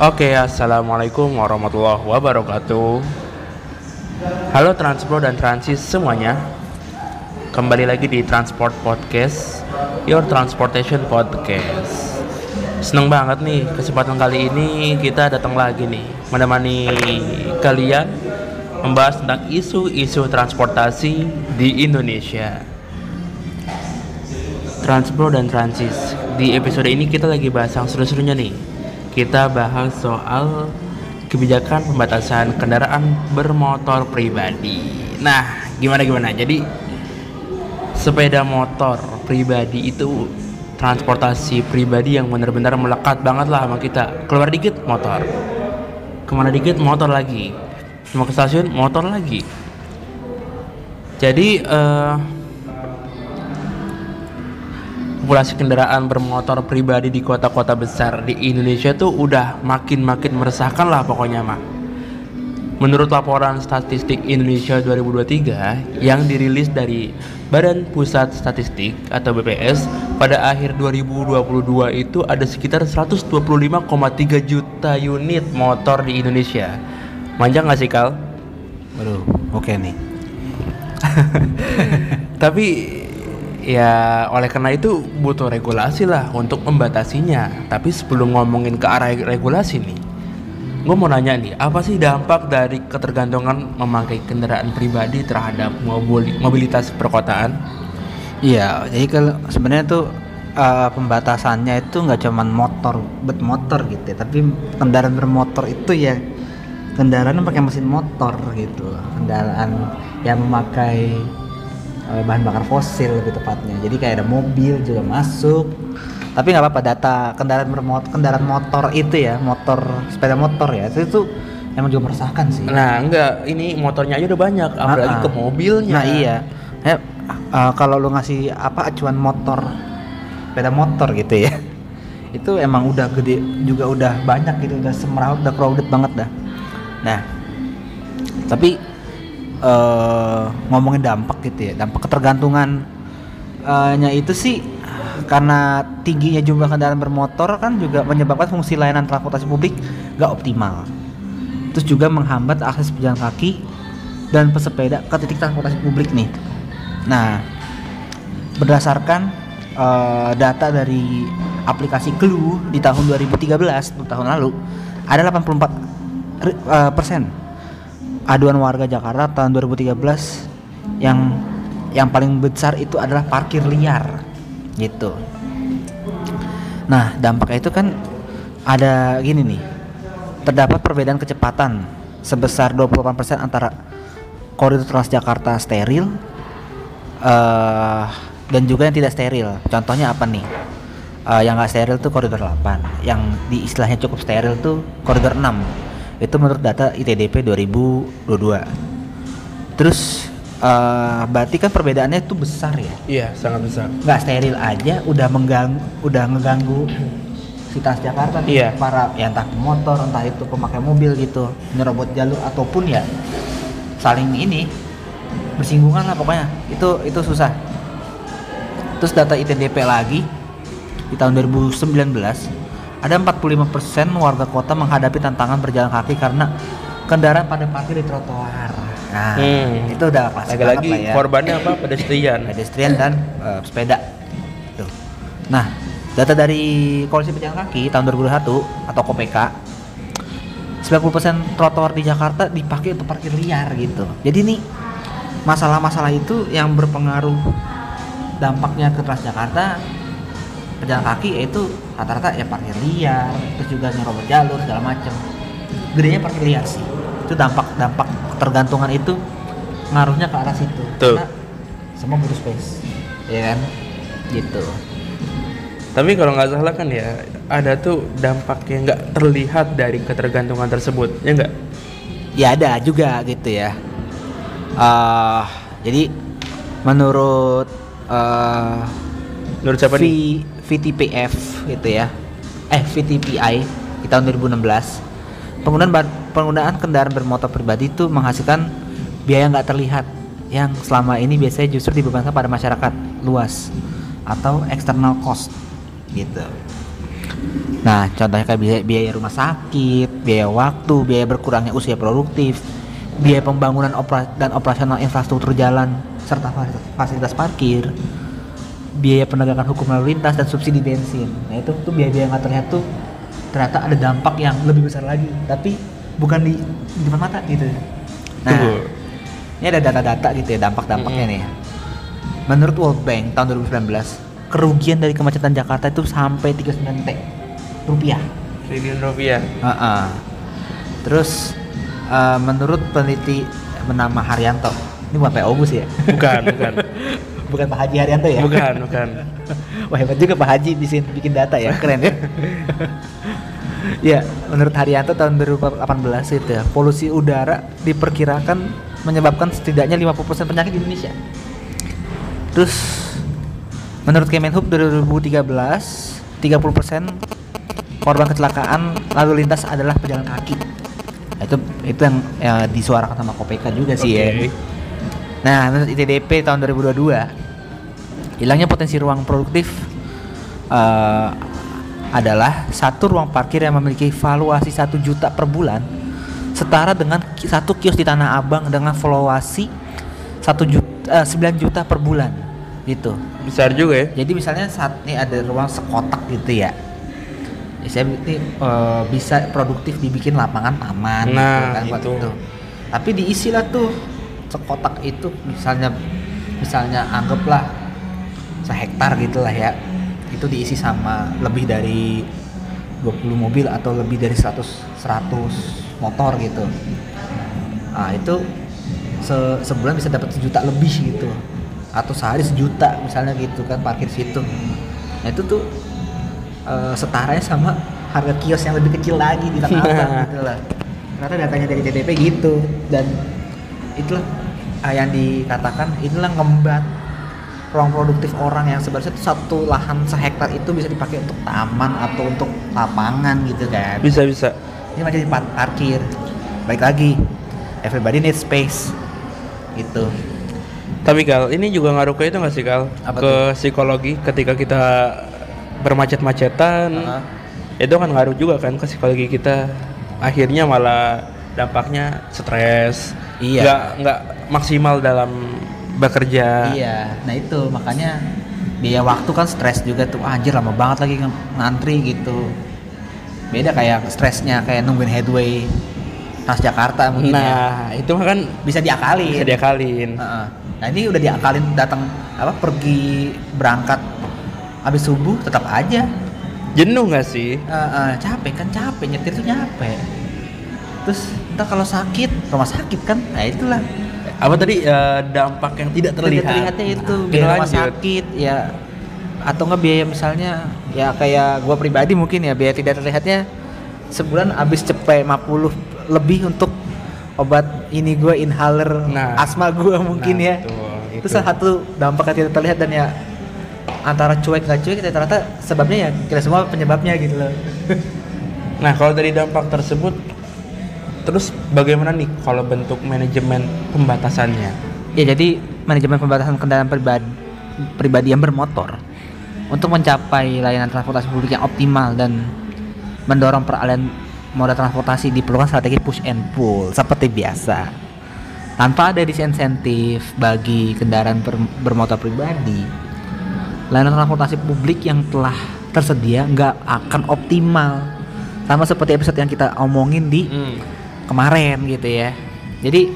Oke, assalamualaikum warahmatullahi wabarakatuh. Halo Transpro dan Transis semuanya. Kembali lagi di Transport Podcast, Your Transportation Podcast. Seneng banget nih, kesempatan kali ini kita datang lagi nih menemani kalian membahas tentang isu-isu transportasi di Indonesia. Transpro dan Transis, di episode ini kita lagi bahas yang seru-serunya nih. Kita bahas soal kebijakan pembatasan kendaraan bermotor pribadi. Nah, gimana? Jadi sepeda motor pribadi itu transportasi pribadi yang benar-benar melekat banget lah sama kita. Keluar dikit motor, kemana dikit motor lagi, mau ke stasiun motor lagi. Jadi populasi kendaraan bermotor pribadi di kota-kota besar di Indonesia tuh udah makin meresahkan lah pokoknya mah. Menurut laporan statistik Indonesia 2023 yang dirilis dari Badan Pusat Statistik atau BPS pada akhir 2022 itu ada sekitar 125,3 juta unit motor di Indonesia. Manja nggak sih Kal? Waduh, oke nih. Tapi ya oleh karena itu butuh regulasi lah untuk membatasinya. Tapi sebelum ngomongin ke arah regulasi nih, gue mau nanya nih, apa sih dampak dari ketergantungan memakai kendaraan pribadi terhadap mobilitas perkotaan? Iya, jadi kalau sebenarnya tuh pembatasannya itu nggak cuman motor gitu ya, tapi kendaraan bermotor itu ya kendaraan yang pakai mesin motor gitu, kendaraan yang memakai bahan bakar fosil lebih tepatnya. Jadi kayak ada mobil juga masuk. Tapi nggak apa-apa, data kendaraan motor itu ya, sepeda motor ya, itu emang juga meresahkan sih. Nah enggak, ini motornya aja udah banyak, apalagi ke mobilnya. Nah iya, kalau lu ngasih acuan sepeda motor gitu ya, itu emang udah gede juga, udah banyak gitu, udah semrawut, udah crowded banget dah. Nah, tapi ngomongin dampak gitu ya, dampak ketergantungan nya itu sih karena tingginya jumlah kendaraan bermotor kan juga menyebabkan fungsi layanan transportasi publik gak optimal. Terus juga menghambat akses pejalan kaki dan pesepeda ke titik transportasi publik nih. Nah, berdasarkan data dari aplikasi Clue di tahun 2013, tahun lalu, ada 84% aduan warga Jakarta tahun 2013 yang paling besar itu adalah parkir liar gitu. Nah, dampaknya itu kan ada gini nih. Terdapat perbedaan kecepatan sebesar 28% antara koridor Transjakarta steril dan juga yang tidak steril. Contohnya apa nih? Yang nggak steril tuh koridor 8, yang di istilahnya cukup steril tuh koridor 6. Itu menurut data ITDP 2022. Terus berarti kan perbedaannya itu besar ya? Iya, sangat besar. Nggak steril aja udah ngeganggu si Transjakarta nih, iya. Para ya entah pemotor, entah itu pemakai mobil gitu, nyerobot jalur ataupun ya saling ini bersinggungan lah pokoknya. Itu susah. Terus data ITDP lagi di tahun 2019 ada 45% warga kota menghadapi tantangan berjalan kaki karena kendaraan pada parkir di trotoar. Nah, itu udah klasik lagi-lagi banget lah ya. Korbannya apa? Pedestrian Dan sepeda. Tuh. Nah, data dari Koalisi Pejalan Kaki tahun 2021 atau KOPK, 90% trotoar di Jakarta dipakai untuk parkir liar gitu. Jadi nih masalah-masalah itu yang berpengaruh dampaknya ke Transjakarta pejalan kaki, yaitu rata-rata ya parkir liar, terus juga nyerobot jalur segala macam. Gedenya parkir liar sih. Itu dampak ketergantungan itu ngaruhnya ke arah situ. Tuh. Karena semua butuh space, ya kan? Gitu. Tapi kalau nggak salah kan ya ada tuh dampak yang nggak terlihat dari ketergantungan tersebut, ya nggak? Ya ada juga gitu ya. Jadi menurut siapa nih? VTPF gitu ya, VTPI di tahun 2016, penggunaan kendaraan bermotor pribadi itu menghasilkan biaya nggak terlihat yang selama ini biasanya justru dibebankan pada masyarakat luas atau external cost gitu. Nah, contohnya kayak biaya rumah sakit, biaya waktu, biaya berkurangnya usia produktif, biaya pembangunan dan operasional infrastruktur jalan serta fasilitas parkir, biaya penegakan hukum lalu lintas dan subsidi bensin. Nah, itu tuh biaya-biaya nggak terlihat tuh ternyata ada dampak yang lebih besar lagi, tapi bukan di depan mata gitu. Nah, ini ada data-data gitu ya, dampak-dampaknya nih. Menurut World Bank tahun 2019, kerugian dari kemacetan Jakarta itu sampai 39 triliun rupiah. Terus menurut peneliti bernama Haryanto, ini bukan Pak Ogus ya? Bukan. Bukan Pak Haji Haryanto ya? Bukan. Wah, hebat juga Pak Haji bikin data ya, keren ya. Ya, menurut Haryanto tahun 2018 itu ya, polusi udara diperkirakan menyebabkan setidaknya 50% penyakit di Indonesia. Terus menurut Kemenhub 2013, 30% korban kecelakaan lalu lintas adalah pejalan kaki. Nah, itu yang disuarakan sama KPK juga sih ya. Nah, menurut ITDP tahun 2022, hilangnya potensi ruang produktif adalah satu ruang parkir yang memiliki valuasi 1 juta per bulan, setara dengan satu kios di Tanah Abang dengan valuasi 9 juta per bulan gitu. Besar juga ya. Jadi misalnya saat ini ada ruang sekotak gitu ya, saya ini bisa produktif dibikin lapangan taman nah, gitu kan buat itu. Tapi diisi lah tuh sekotak itu misalnya anggaplah sehektar gitulah ya. Itu diisi sama lebih dari 20 mobil atau lebih dari 100 motor gitu. Nah, itu sebulan bisa dapat 1 juta lebih gitu. Atau sehari 1 juta misalnya gitu kan parkir situ. Nah, itu tuh setaranya sama harga kios yang lebih kecil lagi di Tanah Abang gitu lah. Ternyata datanya dari CDP gitu, dan itulah yang dikatakan inilah ngembat ruang produktif orang yang sebenarnya itu satu lahan sehektar itu bisa dipakai untuk taman atau untuk lapangan gitu kan. Bisa. Ini masih parkir. Baik lagi, everybody needs space gitu. Tapi Kal, ini juga ngaruh ke itu nggak sih Kal? Apa ke tuh? psikologi ketika kita bermacet-macetan. Itu kan ngaruh juga kan ke psikologi kita. Akhirnya malah dampaknya stres. Iya. Nggak maksimal dalam bekerja. Iya. Nah itu makanya biaya waktu kan stres juga tuh. Anjir lama banget lagi ngantri gitu. Beda kayak stresnya kayak nungguin headway Transjakarta mungkin Nah, itu mah kan bisa diakalin. Nah ini udah diakalin datang pergi berangkat habis subuh tetap aja jenuh nggak sih? Capek nyetir tuh capek. Terus entar kalau sakit rumah sakit kan, nah itulah Apa tadi dampak yang tidak terlihat? Terlihatnya itu biaya rumah sakit ya, atau enggak biaya misalnya ya kayak gua pribadi mungkin ya biaya tidak terlihatnya sebulan habis cepet 50 lebih untuk obat ini gua inhaler asma gua mungkin ya. Itu salah satu dampak yang tidak terlihat, dan ya antara cuek nggak cuek ternyata sebabnya ya kita semua penyebabnya gitu loh. Nah kalau dari dampak tersebut, terus bagaimana nih kalau bentuk manajemen pembatasannya? Ya jadi manajemen pembatasan kendaraan pribadi yang bermotor untuk mencapai layanan transportasi publik yang optimal dan mendorong peralihan moda transportasi diperlukan strategi push and pull seperti biasa. Tanpa ada disinsentif bagi kendaraan bermotor pribadi, layanan transportasi publik yang telah tersedia nggak akan optimal. Sama seperti episode yang kita omongin di kemarin gitu ya. Jadi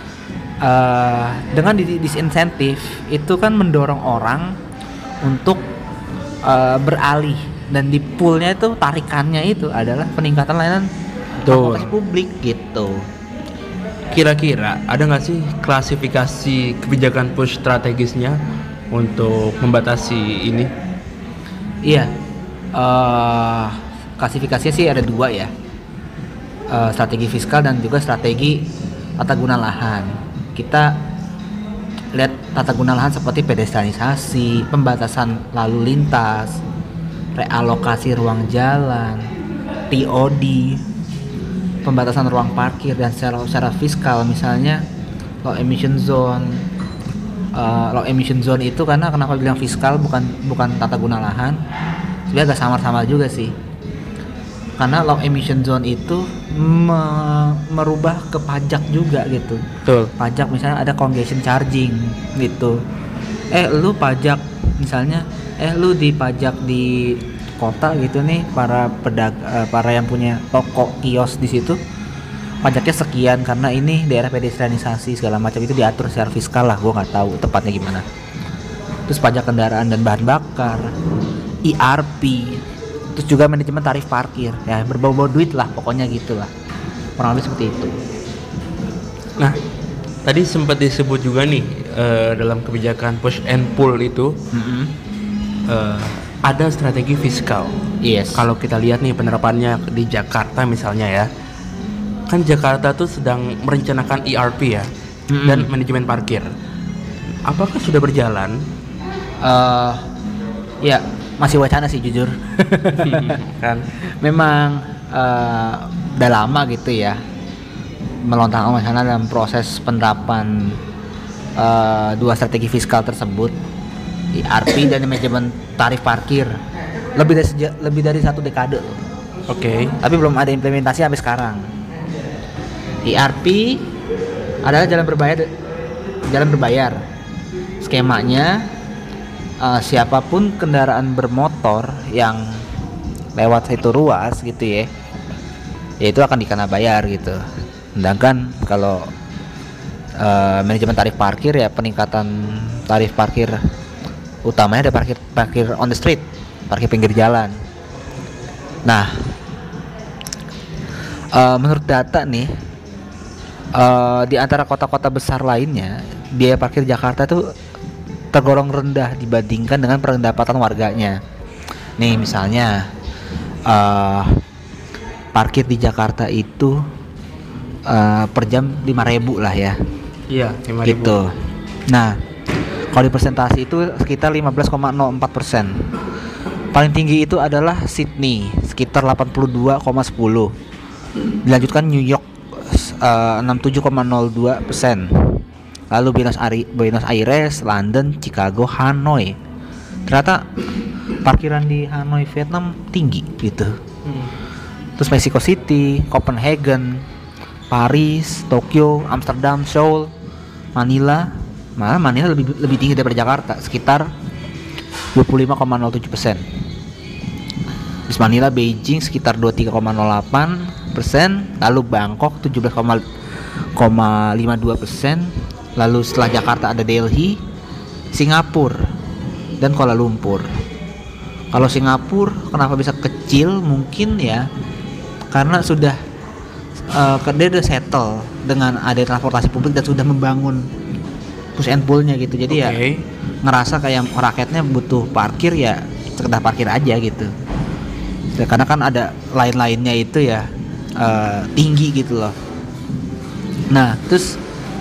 dengan disinsentif itu kan mendorong orang untuk beralih, dan di poolnya itu tarikannya itu adalah peningkatan layanan transportasi publik gitu. Kira-kira ada nggak sih klasifikasi kebijakan push strategisnya untuk membatasi ini? Iya, klasifikasinya sih ada 2 ya, strategi fiskal dan juga strategi tata guna lahan. Kita lihat tata guna lahan seperti pedestrianisasi, pembatasan lalu lintas, realokasi ruang jalan, TOD, pembatasan ruang parkir, dan secara fiskal misalnya low emission zone. Low emission zone itu karena kenapa bilang fiskal bukan tata guna lahan, sebenarnya agak samar-samar juga sih. karena low emission zone itu merubah ke pajak juga gitu. Betul. Pajak misalnya ada congestion charging gitu. Lu pajak misalnya lu dipajak di kota gitu nih, para yang punya toko kios di situ pajaknya sekian karena ini daerah pedestrianisasi segala macam, itu diatur secara fiskal lah, gua nggak tahu tepatnya gimana. Terus pajak kendaraan dan bahan bakar, ERP, terus juga manajemen tarif parkir, ya berbau-bau duit lah pokoknya gitulah, kurang lebih seperti itu. Nah, tadi sempat disebut juga nih dalam kebijakan push and pull itu ada strategi fiskal. Yes. Kalau kita lihat nih penerapannya di Jakarta misalnya ya, kan Jakarta tuh sedang merencanakan ERP ya, dan manajemen parkir. Apakah sudah berjalan? Ya masih wacana sih jujur. Kan Memang udah lama gitu ya melontang wacana dalam proses penerapan dua strategi fiskal tersebut, ERP dan manajemen tarif parkir, lebih dari 1 dekade. Oke. Tapi belum ada implementasi sampai sekarang. ERP adalah jalan berbayar. Skemanya siapapun kendaraan bermotor yang lewat situ ruas gitu ya itu akan dikena bayar gitu. Sedangkan kalau manajemen tarif parkir ya peningkatan tarif parkir utamanya ada parkir on the street, parkir pinggir jalan. Nah, menurut data nih di antara kota-kota besar lainnya biaya parkir Jakarta tuh tergolong rendah dibandingkan dengan pendapatan warganya. Nih misalnya parkir di Jakarta itu per jam 5.000 lah ya. Iya, 5.000. Gitu. Nah, kalau di persentase itu sekitar 15,04%. Paling tinggi itu adalah Sydney sekitar 82,10. Dilanjutkan New York 67,02%. Lalu Buenos Aires, London, Chicago, Hanoi. Ternyata parkiran di Hanoi Vietnam tinggi gitu. Terus Mexico City, Copenhagen, Paris, Tokyo, Amsterdam, Seoul, Manila. Malah Manila lebih tinggi daripada Jakarta, sekitar 25,07%. Terus Manila, Beijing sekitar 23,08%, lalu Bangkok 17,52%. Lalu setelah Jakarta ada Delhi, Singapura, dan Kuala Lumpur. Kalau Singapura kenapa bisa kecil? Mungkin ya karena dia udah settle dengan ada transportasi publik dan sudah membangun push and pull-nya gitu. Jadi ya ngerasa kayak rakyatnya butuh parkir ya sekedar parkir aja gitu. Karena kan ada lain-lainnya itu ya tinggi gitu loh. Nah, terus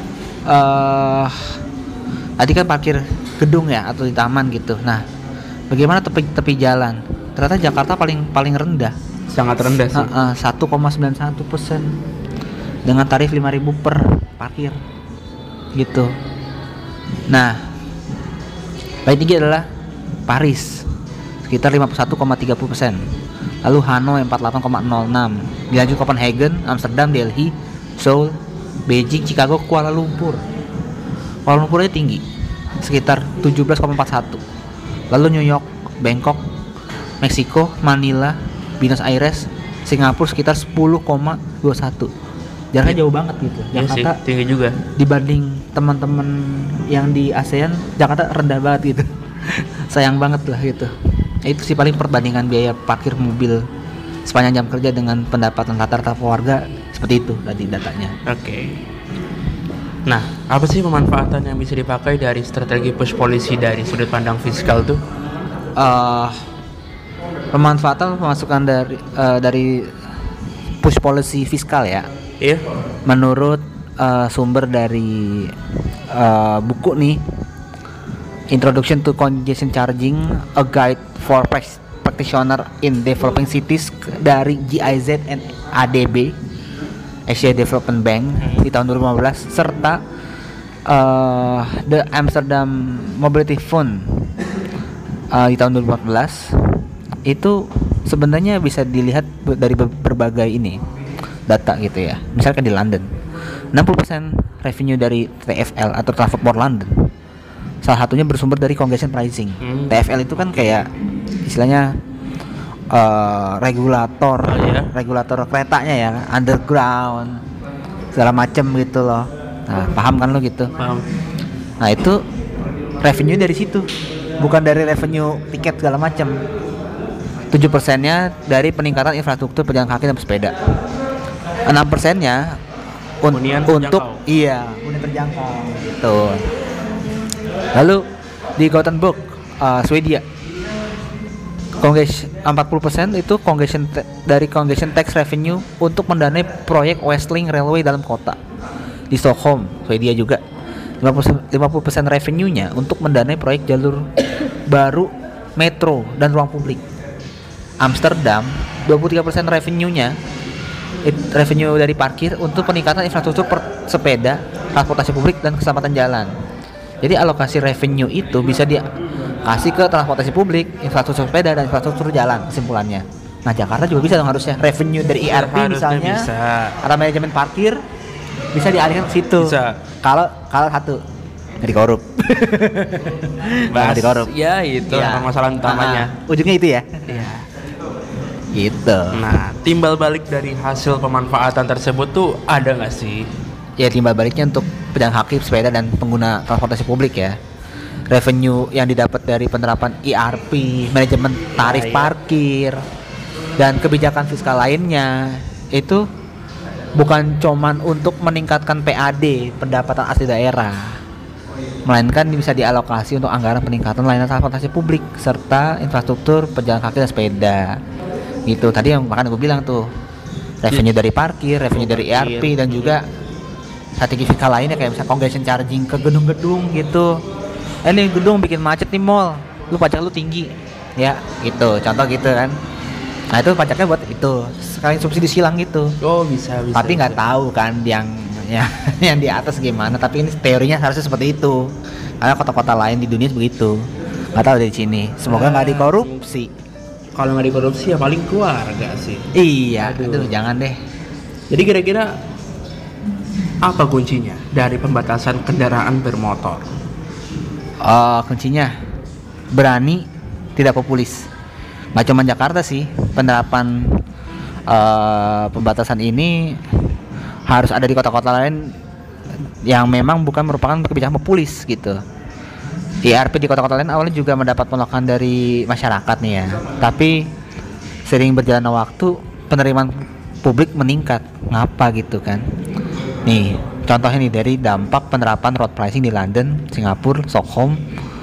tadi kan parkir gedung ya atau di taman gitu. Nah, bagaimana tepi jalan? Ternyata Jakarta paling rendah. Sangat rendah sih. 1,91% dengan tarif 5.000 per parkir gitu. Nah, paling tinggi adalah Paris sekitar 51,30%. Lalu Hanoi 48,06. Dilanjut Copenhagen, Amsterdam, Delhi, Seoul, Beijing, Chicago, Kuala Lumpur. Kuala Lumpur aja tinggi sekitar 17,41. Lalu New York, Bangkok, Meksiko, Manila, Buenos Aires, Singapura sekitar 10,21. Jaraknya jauh banget gitu. Jakarta sih, tinggi juga. Dibanding teman-teman yang di ASEAN, Jakarta rendah banget gitu. Sayang banget lah gitu. Itu sih paling perbandingan biaya parkir mobil sepanjang jam kerja dengan pendapatan rata-rata warga, seperti itu tadi datanya. Oke. Nah, apa sih pemanfaatan yang bisa dipakai dari strategi push policy dari sudut pandang fiskal tuh? Pemanfaatan pemasukan dari push policy fiskal ya. Iya. Menurut sumber dari buku nih, Introduction to Congestion Charging, a Guide for Practitioner in Developing Cities dari GIZ and ADB, Asia Development Bank di tahun 2015, serta The Amsterdam Mobility Fund di tahun 2014, itu sebenarnya bisa dilihat dari berbagai ini data gitu ya. Misalkan di London, 60% revenue dari TfL atau Transport for London salah satunya bersumber dari congestion pricing. TfL itu kan kayak istilahnya regulator regulator keretanya ya, underground segala macem gitu loh. Nah, paham kan lo gitu? Paham. Nah, itu revenue dari situ, bukan dari revenue tiket segala macem. 7%-nya dari peningkatan infrastruktur pejalan kaki dan pesepeda. 6%-nya untuk hunian terjangkau gitu. Lalu di Gothenburg, Swedia, 40% itu dari congestion tax revenue untuk mendanai proyek Westlink Railway dalam kota. Di Stockholm, Swedia juga 50% revenue-nya untuk mendanai proyek jalur baru metro dan ruang publik. Amsterdam, 23% revenue-nya revenue dari parkir untuk peningkatan infrastruktur sepeda, transportasi publik dan keselamatan jalan. Jadi alokasi revenue itu bisa dikasih ke transportasi publik, infrastruktur sepeda dan infrastruktur jalan kesimpulannya. Nah, Jakarta juga bisa dong harusnya revenue dari ERP misalnya bisa. Atau manajemen parkir bisa dialihkan ke situ. Bisa. Kalau satu nggak dikorup. Nggak dikorup. Ya itu ya. permasalahan utamanya. Ujungnya itu ya. Iya. Gitu. Nah, timbal balik dari hasil pemanfaatan tersebut tuh ada nggak sih? Ya, timbal baliknya untuk pejalan kaki, sepeda dan pengguna transportasi publik ya. Revenue yang didapat dari penerapan ERP, manajemen tarif parkir dan kebijakan fiskal lainnya itu bukan cuman untuk meningkatkan PAD, pendapatan asli daerah, melainkan bisa dialokasi untuk anggaran peningkatan layanan transportasi publik serta infrastruktur pejalan kaki dan sepeda. Gitu. Tadi yang makanya gue bilang tuh, revenue dari parkir, revenue dari ERP dan juga strategi fiskal lainnya kayak misalnya congestion charging ke gedung-gedung gitu. Ini gedung bikin macet nih mall, lu pajak lu tinggi, ya gitu. Contoh gitu kan. Nah, itu pajaknya buat itu sekalian subsidi silang gitu. Oh, bisa. Tapi nggak tahu kan yang di atas gimana. Tapi ini teorinya harusnya seperti itu. Karena kota-kota lain di dunia begitu. Nggak tahu dari sini. Semoga nggak dikorupsi. Kalau nggak dikorupsi ya paling keluarga sih. Iya, aduh jangan deh. Jadi kira-kira apa kuncinya dari pembatasan kendaraan bermotor? Kuncinya berani, tidak populis. Nggak cuma Jakarta sih, penerapan pembatasan ini harus ada di kota-kota lain yang memang bukan merupakan kebijakan populis gitu. ERP di kota-kota lain awalnya juga mendapat penolakan dari masyarakat nih ya, tapi sering berjalannya waktu penerimaan publik meningkat. Ngapa gitu kan? Nih contohnya nih dari dampak penerapan road pricing di London, Singapura, Stockholm,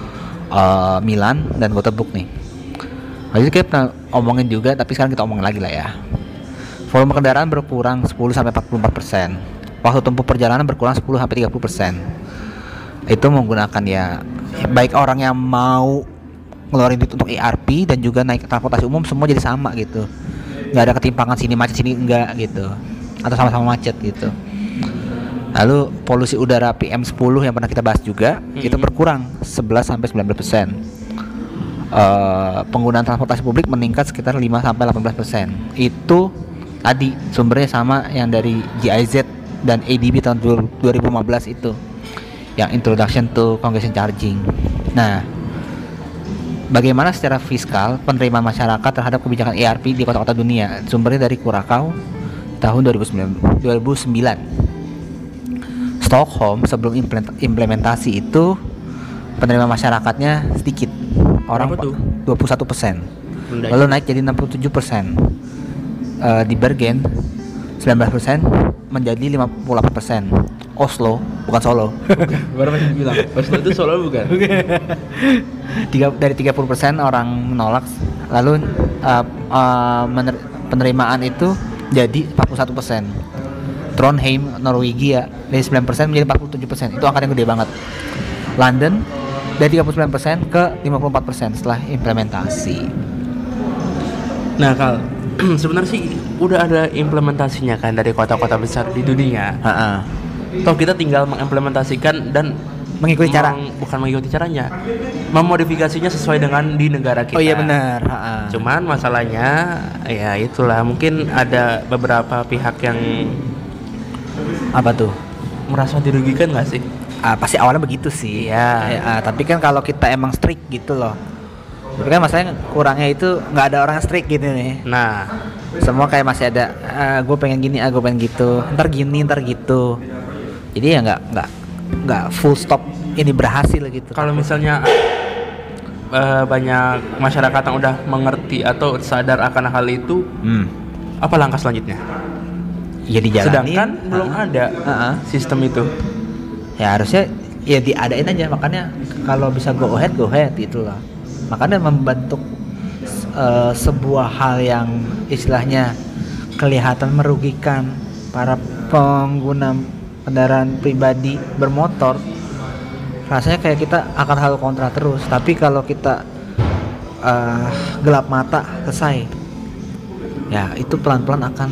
Milan dan Gothenburg nih. Jadi kita pernah omongin juga, tapi sekarang kita omongin lagi lah ya. Volume kendaraan berkurang 10-44%. Waktu tempuh perjalanan berkurang 10-30%. Itu menggunakan ya baik orang yang mau ngeluarin duit untuk ERP dan juga naik transportasi umum semua jadi sama gitu. Nggak ada ketimpangan sini macet sini enggak gitu. Atau sama-sama macet gitu. Lalu polusi udara PM10 yang pernah kita bahas juga itu berkurang 11-19%. Penggunaan transportasi publik meningkat sekitar 5-18%. Itu tadi sumbernya sama yang dari GIZ dan ADB tahun 2015 itu, yang introduction to congestion charging. Nah, bagaimana secara fiskal penerimaan masyarakat terhadap kebijakan ERP di kota-kota dunia? Sumbernya dari Kurakau tahun 2009. Stockholm sebelum implementasi itu penerimaan masyarakatnya sedikit, orang 21%. Lalu naik jadi 67%. Di Bergen 19% menjadi 58%. Oslo, bukan Solo. Baru masih bilang Oslo itu Solo bukan? Dari 30% orang menolak. Lalu penerimaan itu jadi 41%. Trondheim, Norwegia dari 9% menjadi 47%. Itu angka yang gede banget. London dari 39% ke 54% setelah implementasi. Nah, Kal, sebenarnya sih udah ada implementasinya kan dari kota-kota besar di dunia. Toh kita tinggal mengimplementasikan dan Mengikuti cara. Bukan mengikuti caranya, memodifikasinya sesuai dengan di negara kita. Oh iya benar. Cuman masalahnya ya itulah, mungkin ada beberapa pihak yang Apa tuh? merasa dirugikan nggak sih? Pasti awalnya begitu sih. Iya. Tapi kan kalau kita emang strict gitu loh. Tapi kan masalahnya kurangnya itu nggak ada orang strict gitu nih. Nah, Semua kayak masih ada. Gue pengen gini, gue pengen gitu. Ntar gini, ntar gitu. Jadi ya nggak full stop ini berhasil gitu. kalau misalnya banyak masyarakat yang udah mengerti atau sadar akan hal itu, apa langkah selanjutnya? Ya dijalanin. Sedangkan belum ada sistem itu. Ya harusnya ya diadain aja. Makanya kalau bisa go ahead gitu loh. Makanya membentuk sebuah hal yang istilahnya kelihatan merugikan para pengguna kendaraan pribadi bermotor, rasanya kayak kita akan hal kontra terus. Tapi kalau kita gelap mata selesai, ya itu pelan-pelan akan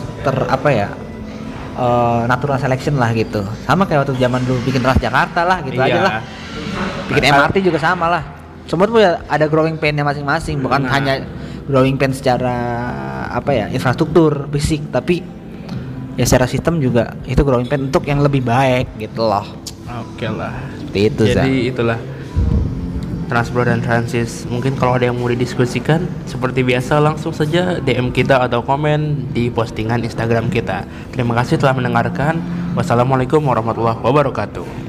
natural selection lah gitu. Sama kayak waktu zaman dulu bikin Transjakarta lah gitu aja lah. Bikin MRT juga sama lah. Semua tuh ya ada growing pain-nya masing-masing, bukan hanya growing pain secara infrastruktur fisik, tapi ya secara sistem juga itu growing pain untuk yang lebih baik gitu loh. Oke lah. Seperti itu. Jadi itulah Transpro dan Transis. Mungkin kalau ada yang mau didiskusikan, seperti biasa langsung saja DM kita atau komen di postingan Instagram kita. Terima kasih telah mendengarkan. Wassalamualaikum warahmatullahi wabarakatuh.